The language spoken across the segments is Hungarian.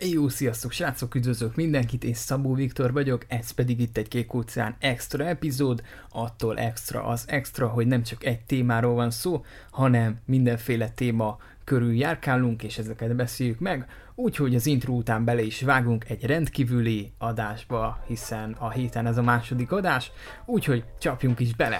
Jó, sziasztok srácok, üdvözlök mindenkit, én Szabó Viktor vagyok, ez pedig itt egy Kék Óceán extra epizód, attól extra az extra, hogy nem csak egy témáról van szó, hanem mindenféle téma körül járkálunk, és ezeket beszéljük meg, úgyhogy az intro után bele is vágunk egy rendkívüli adásba, hiszen a héten ez a második adás, úgyhogy csapjunk is bele!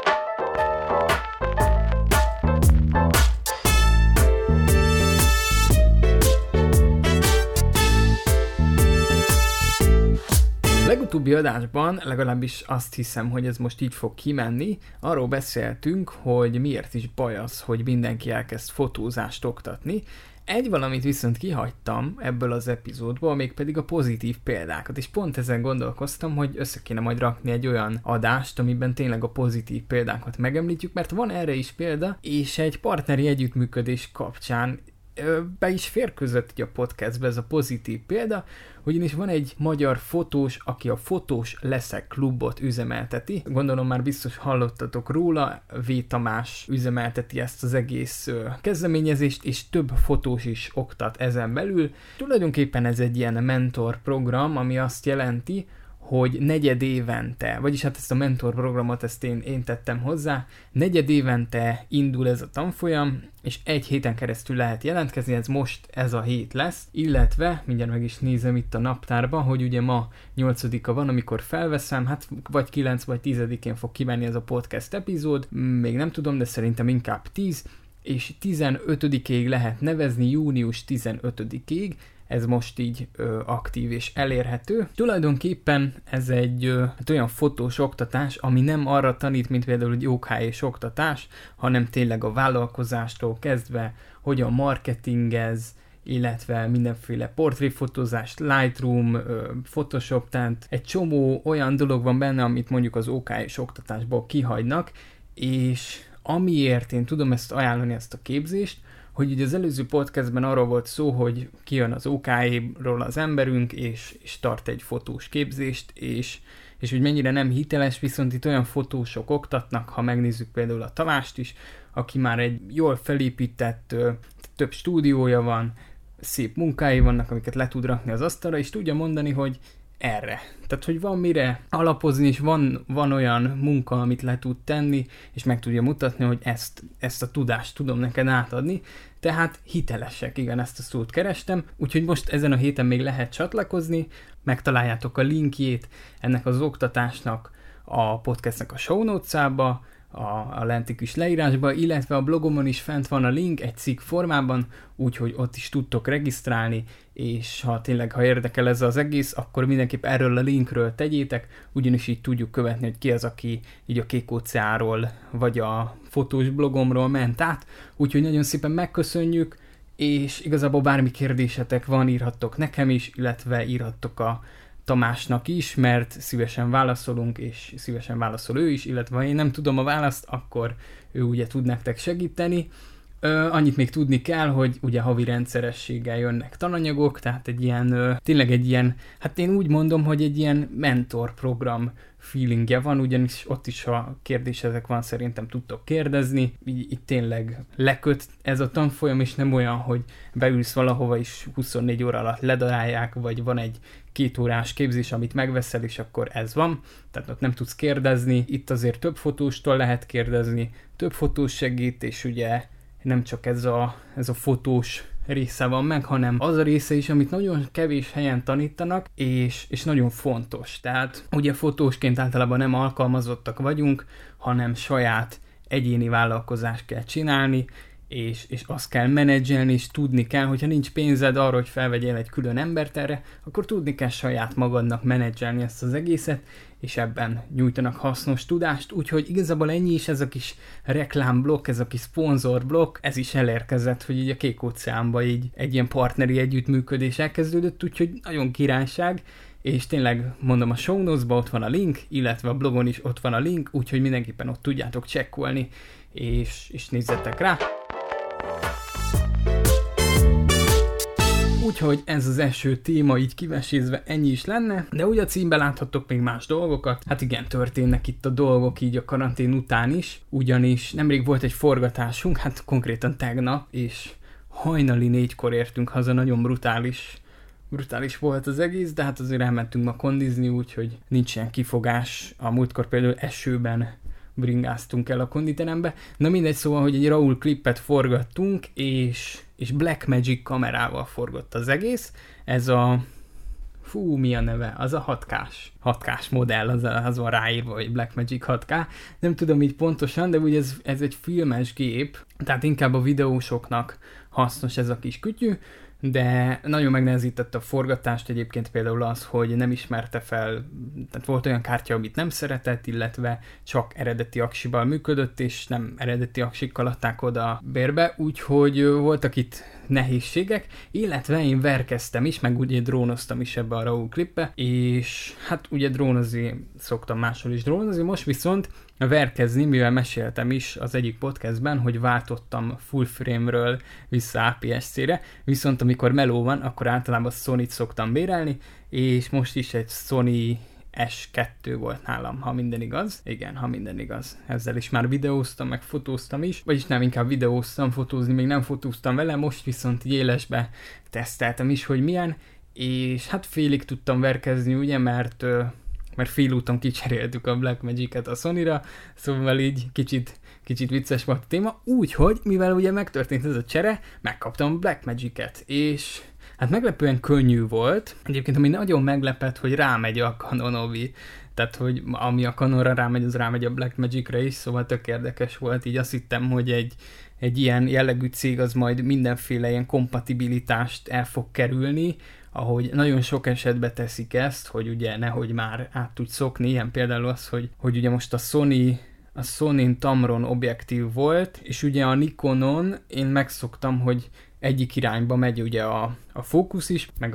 Legutóbbi adásban, legalábbis azt hiszem, hogy ez most így fog kimenni, arról beszéltünk, hogy miért is baj az, hogy mindenki elkezd fotózást oktatni. Egy valamit viszont kihagytam ebből az epizódból, mégpedig a pozitív példákat, és pont ezen gondolkoztam, hogy össze kéne majd rakni egy olyan adást, amiben tényleg a pozitív példákat megemlítjük, mert van erre is példa, és egy partneri együttműködés kapcsán be is férkőzött így a podcastbe ez a pozitív példa, ugyanis van egy magyar fotós, aki a Fotós Leszek klubot üzemelteti. Gondolom már biztos hallottatok róla, V. Tamás üzemelteti ezt az egész kezdeményezést, és több fotós is oktat ezen belül. Tulajdonképpen ez egy ilyen mentor program, ami azt jelenti, hogy negyedévente, vagyis hát ezt a mentor programot ezt én tettem hozzá, negyedévente indul ez a tanfolyam, és egy héten keresztül lehet jelentkezni, ez a hét lesz, illetve, mindjárt meg is nézem itt a naptárban, hogy ugye ma 8-a van, amikor felveszem, hát vagy 9 vagy 10-én fog kimenni ez a podcast epizód, még nem tudom, de szerintem inkább 10, és 15-ig lehet nevezni, június 15-ig, ez most így aktív és elérhető. Tulajdonképpen ez egy olyan fotós oktatás, ami nem arra tanít, mint például egy OKS oktatás, hanem tényleg a vállalkozástól kezdve, hogyan marketingez, illetve mindenféle portréfotózást, Lightroom, Photoshop, tehát egy csomó olyan dolog van benne, amit mondjuk az OKS oktatásból kihagynak, és amiért én tudom ezt ajánlani, ezt a képzést, hogy ugye az előző podcastben arról volt szó, hogy kijön az OKE-ról az emberünk, és tart egy fotós képzést, és hogy mennyire nem hiteles, viszont itt olyan fotósok oktatnak, ha megnézzük például a Tamást is, aki már egy jól felépített, több stúdiója van, szép munkái vannak, amiket le tud rakni az asztalra, és tudja mondani, hogy erre. Tehát, hogy van mire alapozni, és van olyan munka, amit le tud tenni, és meg tudja mutatni, hogy ezt a tudást tudom neked átadni. Tehát hitelesek, igen, ezt a szót kerestem, úgyhogy most ezen a héten még lehet csatlakozni, megtaláljátok a linkjét ennek az oktatásnak a podcastnek a show notes-ába, a lenti kis leírásba, illetve a blogomon is fent van a link egy cikk formában, úgyhogy ott is tudtok regisztrálni, és ha érdekel ez az egész, akkor mindenképp erről a linkről tegyétek, ugyanis így tudjuk követni, hogy ki az, aki így a Kék Óceánról, vagy a fotós blogomról ment át, úgyhogy nagyon szépen megköszönjük, és igazából bármi kérdésetek van, írhattok nekem is, illetve írhattok a Tamásnak is, mert szívesen válaszolunk, és szívesen válaszol ő is, illetve ha én nem tudom a választ, akkor ő ugye tud nektek segíteni. Annyit még tudni kell, hogy ugye havi rendszerességgel jönnek tananyagok, tehát tényleg egy ilyen, hát én úgy mondom, hogy egy ilyen mentor program feelingje van, ugyanis ott is, ha kérdésetek van, szerintem tudtok kérdezni. Itt tényleg leköt ez a tanfolyam, és nem olyan, hogy beülsz valahova, és 24 óra alatt ledarálják, vagy van egy 2 órás képzés, amit megveszel, és akkor ez van. Tehát ott nem tudsz kérdezni. Itt azért több fotóstól lehet kérdezni, több fotós segít, és ugye nem csak ez a fotós része van meg, hanem az a része is, amit nagyon kevés helyen tanítanak, és nagyon fontos. Tehát ugye fotósként általában nem alkalmazottak vagyunk, hanem saját egyéni vállalkozást kell csinálni, és azt kell menedzselni, és tudni kell, hogyha nincs pénzed arra, hogy felvegyél egy külön embert erre, akkor tudni kell saját magadnak menedzselni ezt az egészet, és ebben nyújtanak hasznos tudást, úgyhogy igazából ennyi is ez a kis reklámblokk, ez a kis szponzorblokk, ez is elérkezett, hogy így a Kék Óceánban így egy ilyen partneri együttműködés elkezdődött, úgyhogy nagyon királyság, és tényleg mondom, a show notes-ban ott van a link, illetve a blogon is ott van a link, úgyhogy mindenképpen ott tudjátok csekkolni, és nézzetek rá. Úgyhogy ez az első téma így kivesézve ennyi is lenne, de ugye a címben láthattok még más dolgokat. Hát igen, történnek itt a dolgok így a karantén után is, ugyanis nemrég volt egy forgatásunk, hát konkrétan tegnap, és hajnali 4-kor értünk haza, nagyon brutális brutális volt az egész, de hát azért elmentünk ma kondizni, úgyhogy nincs ilyen kifogás. A múltkor például esőben bringáztunk el a konditerembe. Na mindegy, szóval, hogy egy RAW klipet forgattunk, és Blackmagic kamerával forgott az egész. Ez a... mi a neve? Az a 6K-s modell, az van ráírva, hogy Blackmagic 6K. Nem tudom így pontosan, de ugye ez egy filmes gép, tehát inkább a videósoknak hasznos ez a kis kütyű, de nagyon megnehezítette a forgatást egyébként például az, hogy nem ismerte fel, tehát volt olyan kártya, amit nem szeretett, illetve csak eredeti aksival működött, és nem eredeti aksikkal adták oda bérbe, úgyhogy voltak itt nehézségek, illetve én verkeztem is, meg ugye drónoztam is ebbe a RAW klipbe, és hát ugye drónozni szoktam máshol is drónozni, most viszont verkezni, mivel meséltem is az egyik podcastben, hogy váltottam full frame-ről vissza APS-C-re, viszont amikor meló van, akkor általában Sony-t szoktam bérelni, és most is egy Sony S2 volt nálam, ha minden igaz. Igen, ha minden igaz. Ezzel is már videóztam, meg fotóztam is, vagyis nem, inkább videóztam, fotózni még nem fotóztam vele, most viszont így élesbe teszteltem is, hogy milyen, és hát félig tudtam verkezni, ugye, mert félúton kicseréltük a Blackmagic-et a Sony-ra, szóval így kicsit vicces volt a téma, úgyhogy, mivel ugye megtörtént ez a csere, megkaptam Blackmagic-et, és hát meglepően könnyű volt. Egyébként ami nagyon meglepett, hogy rámegy a Canonovi, tehát hogy ami a Canonra rámegy, az rámegy a Blackmagic-re is, szóval tök érdekes volt, így azt hittem, hogy egy ilyen jellegű cég az majd mindenféle ilyen kompatibilitást el fog kerülni, ahogy nagyon sok esetben teszik ezt, hogy ugye nehogy már át tudj szokni, ilyen például az, hogy ugye most a Sony Tamron objektív volt, és ugye a Nikonon én megszoktam, hogy egyik irányba megy ugye a fókusz is, meg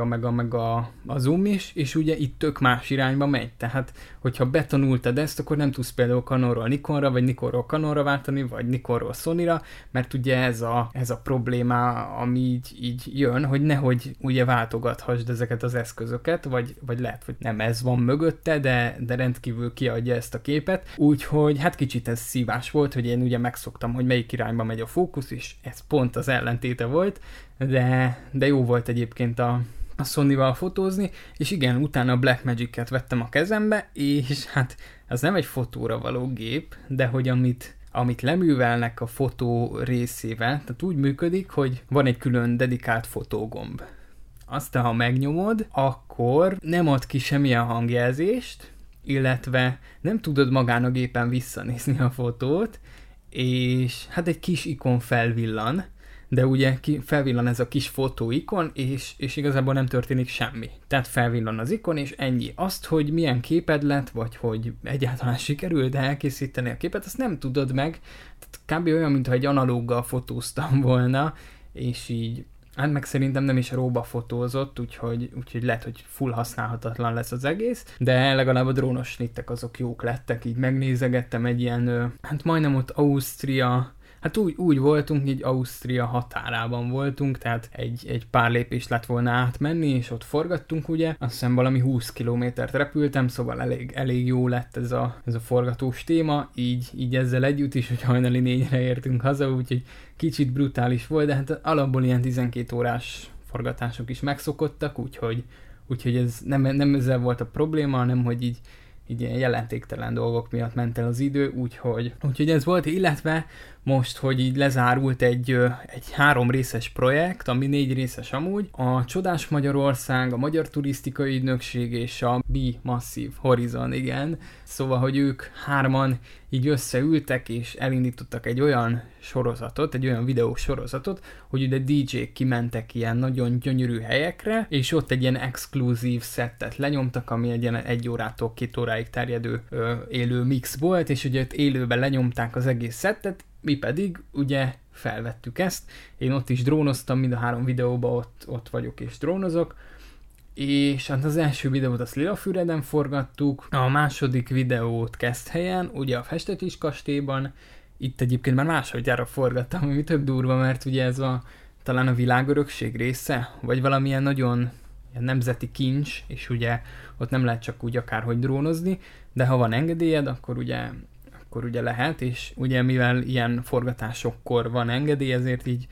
a zoom is, és ugye itt tök más irányba megy. Tehát, hogyha betanultad ezt, akkor nem tudsz például Canonról Nikonra, vagy Nikonról Canonra váltani, vagy Nikonról Sonyra, mert ugye ez a probléma, ami így jön, hogy nehogy ugye váltogathassd ezeket az eszközöket, vagy lehet, hogy nem ez van mögötte, de rendkívül kiadja ezt a képet. Úgyhogy hát kicsit ez szívás volt, hogy én ugye megszoktam, hogy melyik irányba megy a fókusz, és ez pont az ellentéte volt, de jó volt egyébként a Sony-val fotózni, és igen, utána a Blackmagic-et vettem a kezembe, és hát ez nem egy fotóra való gép, de hogy amit leművelnek a fotó részével, tehát úgy működik, hogy van egy külön dedikált fotógomb. Aztán, ha megnyomod, akkor nem ad ki semmilyen hangjelzést, illetve nem tudod magán a gépen visszanézni a fotót, és hát egy kis ikon felvillan, de ugye felvillan ez a kis fotóikon, és igazából nem történik semmi. Tehát felvillan az ikon, és ennyi. Azt, hogy milyen képed lett, vagy hogy egyáltalán sikerült elkészíteni a képet, azt nem tudod meg. Tehát kb. Olyan, mintha egy analóggal fotóztam volna, és így, hát meg szerintem nem is RAW-ba fotózott, úgyhogy lehet, hogy full használhatatlan lesz az egész, de legalább a drónos snittek azok jók lettek, így megnézegettem egy ilyen, hát majdnem ott Ausztria, hát úgy voltunk, így Ausztria határában voltunk, tehát egy pár lépést lett volna átmenni, és ott forgattunk, ugye. Azt hiszem valami 20 kilométert repültem, szóval elég jó lett ez a forgatós téma, így ezzel együtt is, hogy hajnali 4-re értünk haza, úgyhogy kicsit brutális volt, de hát alapból ilyen 12 órás forgatások is megszokottak, úgyhogy ez nem ezzel volt a probléma, hanem hogy így ilyen jelentéktelen dolgok miatt ment el az idő, úgyhogy ez volt, illetve most, hogy így lezárult egy 3 részes projekt, ami 4 részes amúgy, a Csodás Magyarország, a Magyar Turisztikai Ügynökség és a B-Massive Horizon, igen. Szóval, hogy ők 3-an így összeültek és elindítottak egy olyan sorozatot, egy olyan videós sorozatot, hogy ugye DJ-k kimentek ilyen nagyon gyönyörű helyekre, és ott egy ilyen exkluzív szettet lenyomtak, ami egy ilyen 1 órától 2 óráig terjedő élő mix volt, és ugye ott élőben lenyomták az egész szettet, mi pedig ugye felvettük ezt. Én ott is drónoztam, mind a 3 videóban ott vagyok és drónozok. És hát az első videót azt Lilafüreden forgattuk, a második videót Keszthelyen, ugye a Festetés kastélyban. Itt egyébként már másodjára forgattam, ami tök durva, mert ugye ez talán a világörökség része, vagy valamilyen nagyon nemzeti kincs, és ugye ott nem lehet csak úgy akárhogy drónozni, de ha van engedélyed, akkor ugye lehet, és ugye mivel ilyen forgatásokkor van engedély, ezért így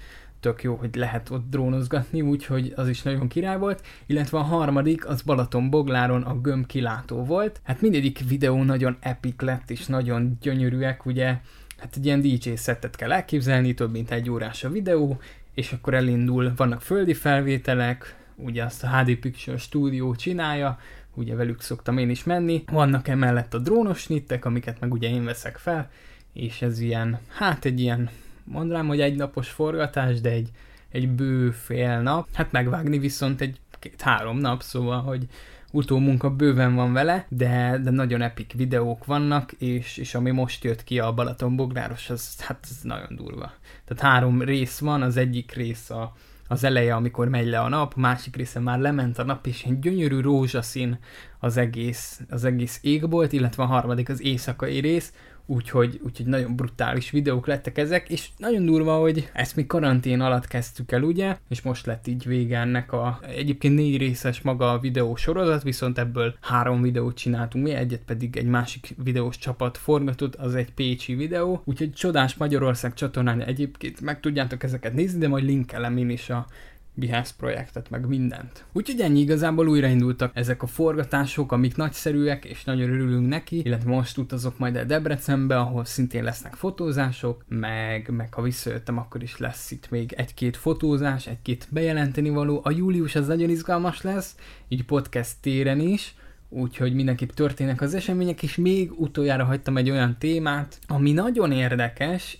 tök jó, hogy lehet ott drónozgatni, úgyhogy az is nagyon király volt, illetve a harmadik, az Balatonbogláron a gömb kilátó volt. Hát mindegyik videó nagyon epic lett, és nagyon gyönyörűek, ugye, hát egy ilyen DJ szettet kell elképzelni, több mint 1 órás a videó, és akkor elindul, vannak földi felvételek, ugye azt a HD Picture Studio csinálja, ugye velük szoktam én is menni, vannak emellett a drónos snittek, amiket meg ugye én veszek fel, és ez ilyen, hát egy ilyen, mondanám, hogy 1 napos forgatás, de egy bő fél nap, hát megvágni viszont 2-3 nap, szóval, hogy utómunka bőven van vele, de nagyon epic videók vannak, és ami most jött ki a Balatonbogláros, az nagyon durva. Tehát 3 rész van, az egyik rész az eleje, amikor megy le a nap, másik része már lement a nap, és egy gyönyörű rózsaszín az egész égbolt, illetve a harmadik az éjszakai rész, úgyhogy nagyon brutális videók lettek ezek, és nagyon durva, hogy ezt mi karantén alatt kezdtük el, ugye, és most lett így vége ennek egyébként 4 részes maga a videó sorozat, viszont ebből 3 videót csináltunk mi, egyet pedig egy másik videós csapat forgatott, az egy pécsi videó, úgyhogy Csodás Magyarország csatornán egyébként meg tudjátok ezeket nézni, de majd linkelem én is a Behance projektet, meg mindent. Úgyhogy ennyi, igazából újraindultak ezek a forgatások, amik nagyszerűek, és nagyon örülünk neki, illetve most utazok majd el Debrecenbe, ahol szintén lesznek fotózások, meg ha visszajöttem, akkor is lesz itt még 1-2 fotózás, 1-2 bejelenteni való. A július az nagyon izgalmas lesz, így podcast téren is, úgyhogy mindenképp történnek az események, és még utoljára hagytam egy olyan témát, ami nagyon érdekes,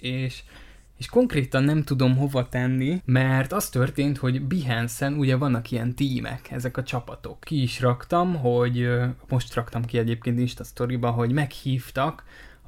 és konkrétan nem tudom hova tenni, mert az történt, hogy Behance-en ugye vannak ilyen tímek, ezek a csapatok. Ki is raktam, hogy most raktam ki egyébként Insta Storyba, hogy meghívtak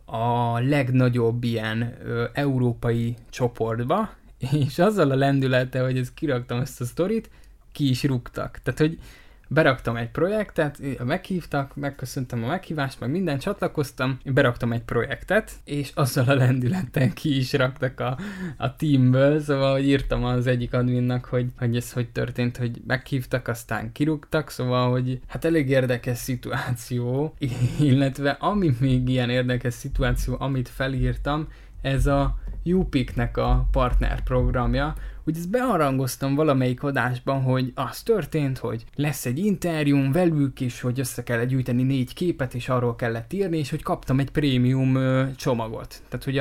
a legnagyobb ilyen európai csoportba, és azzal a lendülettel, hogy kiraktam ezt a sztorit, ki is rúgtak. Tehát, hogy beraktam egy projektet, meghívtak, megköszöntem a meghívást, meg minden, csatlakoztam, beraktam egy projektet, és azzal a lendülettel ki is raktak a teamből, szóval hogy írtam az egyik adminnak, hogy ez hogy történt, hogy meghívtak, aztán kirúgtak, szóval hogy hát elég érdekes szituáció, illetve ami még ilyen érdekes szituáció, amit felírtam, ez a YouPic-nek a partner programja, úgy ezt beharangoztam valamelyik adásban, hogy az történt, hogy lesz egy interjúm velük, és hogy össze kellett gyűjteni 4 képet, és arról kellett írni, és hogy kaptam egy prémium csomagot. Tehát, hogy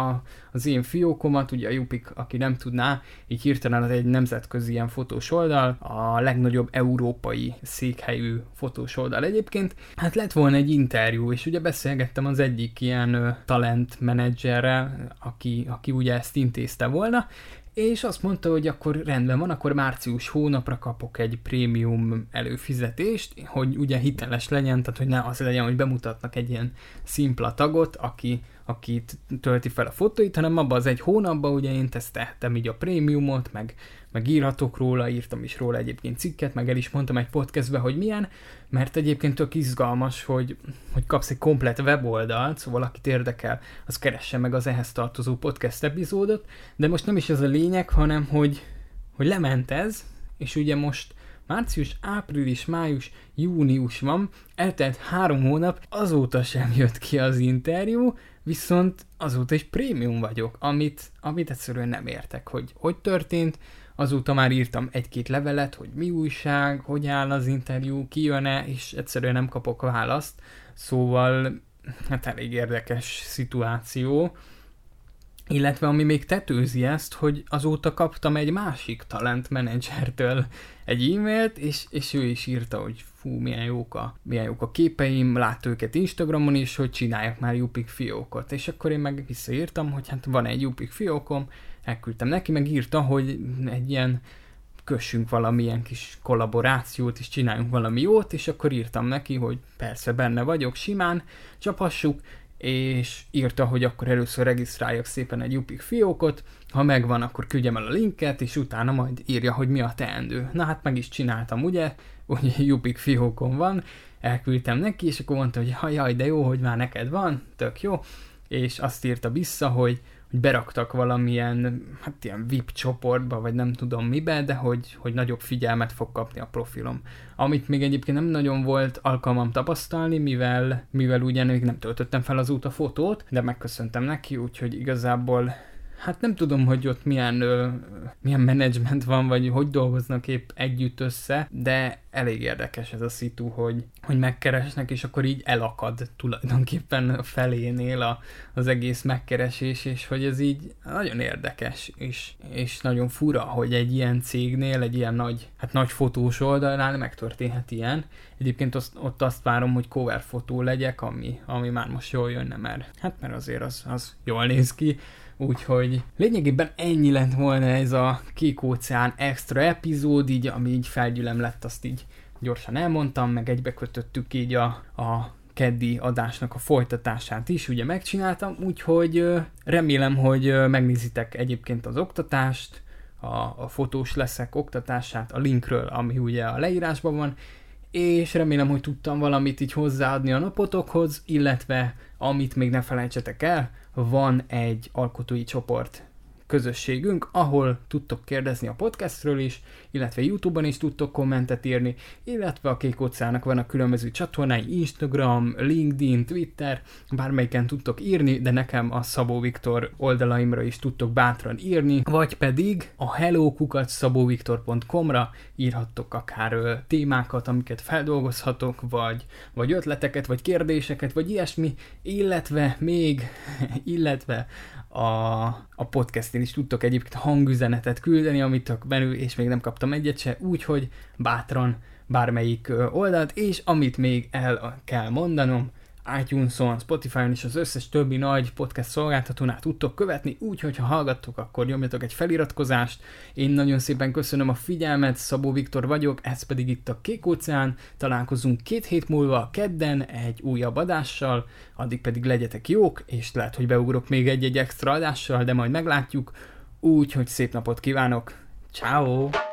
az én fiókomat, ugye a YouPic, aki nem tudná, így hirtelen az egy nemzetközi ilyen fotós oldal, a legnagyobb európai székhelyű fotós oldal egyébként. Hát lett volna egy interjú, és ugye beszélgettem az egyik ilyen talent menedzserrel, aki ugye ezt intézte volna, és azt mondta, hogy akkor rendben van, akkor március hónapra kapok egy prémium előfizetést, hogy ugye hiteles legyen, tehát hogy ne az legyen, hogy bemutatnak egy ilyen szimpla tagot, akit tölti fel a fotóit, hanem abban az 1 hónapban ugye én teszteltem így a prémiumot, meg írhatok róla, írtam is róla egyébként cikket, meg el is mondtam egy podcastbe, hogy milyen, mert egyébként tök izgalmas, hogy kapsz egy komplett weboldalt, szóval akit érdekel, az keresse meg az ehhez tartozó podcast epizódot, de most nem is ez a lényeg, hanem hogy lement ez, és ugye most március, április, május, június van, eltelt 3 hónap, azóta sem jött ki az interjú, viszont azóta is prémium vagyok, amit egyszerűen nem értek, hogy történt. Azóta már írtam 1-2 levelet, hogy mi újság, hogy áll az interjú, ki jön-e, és egyszerűen nem kapok választ. Szóval hát elég érdekes szituáció. Illetve ami még tetőzi ezt, hogy azóta kaptam egy másik talent menedzsertől egy e-mailt, és ő is írta, hogy fú, milyen jók a képeim, látta őket Instagramon is, hogy csináljak már YouPic fiókot. És akkor én meg visszaírtam, hogy hát van egy YouPic fiókom, elküldtem neki, meg írta, hogy egy ilyen kössünk valamilyen kis kollaborációt, és csináljunk valami jót, és akkor írtam neki, hogy persze benne vagyok, simán, csapassuk, és írta, hogy akkor először regisztráljak szépen egy YouPic fiókot, ha megvan, akkor küldjem el a linket, és utána majd írja, hogy mi a teendő. Na hát meg is csináltam, ugye YouPic fiókon van, elküldtem neki, és akkor mondta, hogy jaj, de jó, hogy már neked van, tök jó, és azt írta vissza, hogy beraktak valamilyen, hát ilyen VIP csoportba, vagy nem tudom mibe, de hogy nagyobb figyelmet fog kapni a profilom. Amit még egyébként nem nagyon volt alkalmam tapasztalni, mivel ugye még nem töltöttem fel azóta fotót, de megköszöntem neki, úgyhogy igazából Hát nem tudom, hogy ott milyen menedzsment van, vagy hogy dolgoznak épp együtt össze, de elég érdekes ez a szitu, hogy megkeresnek, és akkor így elakad tulajdonképpen a felénél az egész megkeresés, és hogy ez így nagyon érdekes, és nagyon fura, hogy egy ilyen cégnél, egy ilyen nagy fotós oldalnál megtörténhet ilyen. Egyébként ott azt várom, hogy cover fotó legyek, ami már most jól jönne, mert azért az jól néz ki. Úgyhogy lényegében ennyi lett volna ez a Kék-óceán extra epizód, így, ami így felgyülem lett, azt így gyorsan elmondtam, meg egybekötöttük így a keddi adásnak a folytatását is, ugye megcsináltam, úgyhogy remélem, hogy megnézitek egyébként az oktatást, a fotós leszek oktatását, a linkről, ami ugye a leírásban van, és remélem, hogy tudtam valamit így hozzáadni a napotokhoz, illetve amit még ne felejtsetek el, van egy alkotói csoport közösségünk, ahol tudtok kérdezni a podcastről is, illetve YouTube-on is tudtok kommentet írni, illetve a Kék-óceánnak vannak különböző csatornái, Instagram, LinkedIn, Twitter, bármelyiken tudtok írni, de nekem a Szabó Viktor oldalaimra is tudtok bátran írni, vagy pedig a hello@szaboviktor.com-ra írhattok akár témákat, amiket feldolgozhatok, vagy ötleteket, vagy kérdéseket, vagy ilyesmi, illetve a podcastén is tudtok egyébként hangüzenetet küldeni, amit tök menő, és még nem kaptam egyet se, úgyhogy bátran bármelyik oldalt, és amit még el kell mondanom, iTunes-on, Spotify-on és az összes többi nagy podcast szolgáltatónál tudtok követni, úgyhogy ha hallgattok, akkor nyomjatok egy feliratkozást. Én nagyon szépen köszönöm a figyelmet, Szabó Viktor vagyok, ez pedig itt a Kék-óceán. Találkozunk 2 hét múlva kedden egy újabb adással, addig pedig legyetek jók, és lehet, hogy beugrok még egy extra adással, de majd meglátjuk. Úgyhogy szép napot kívánok, ciao.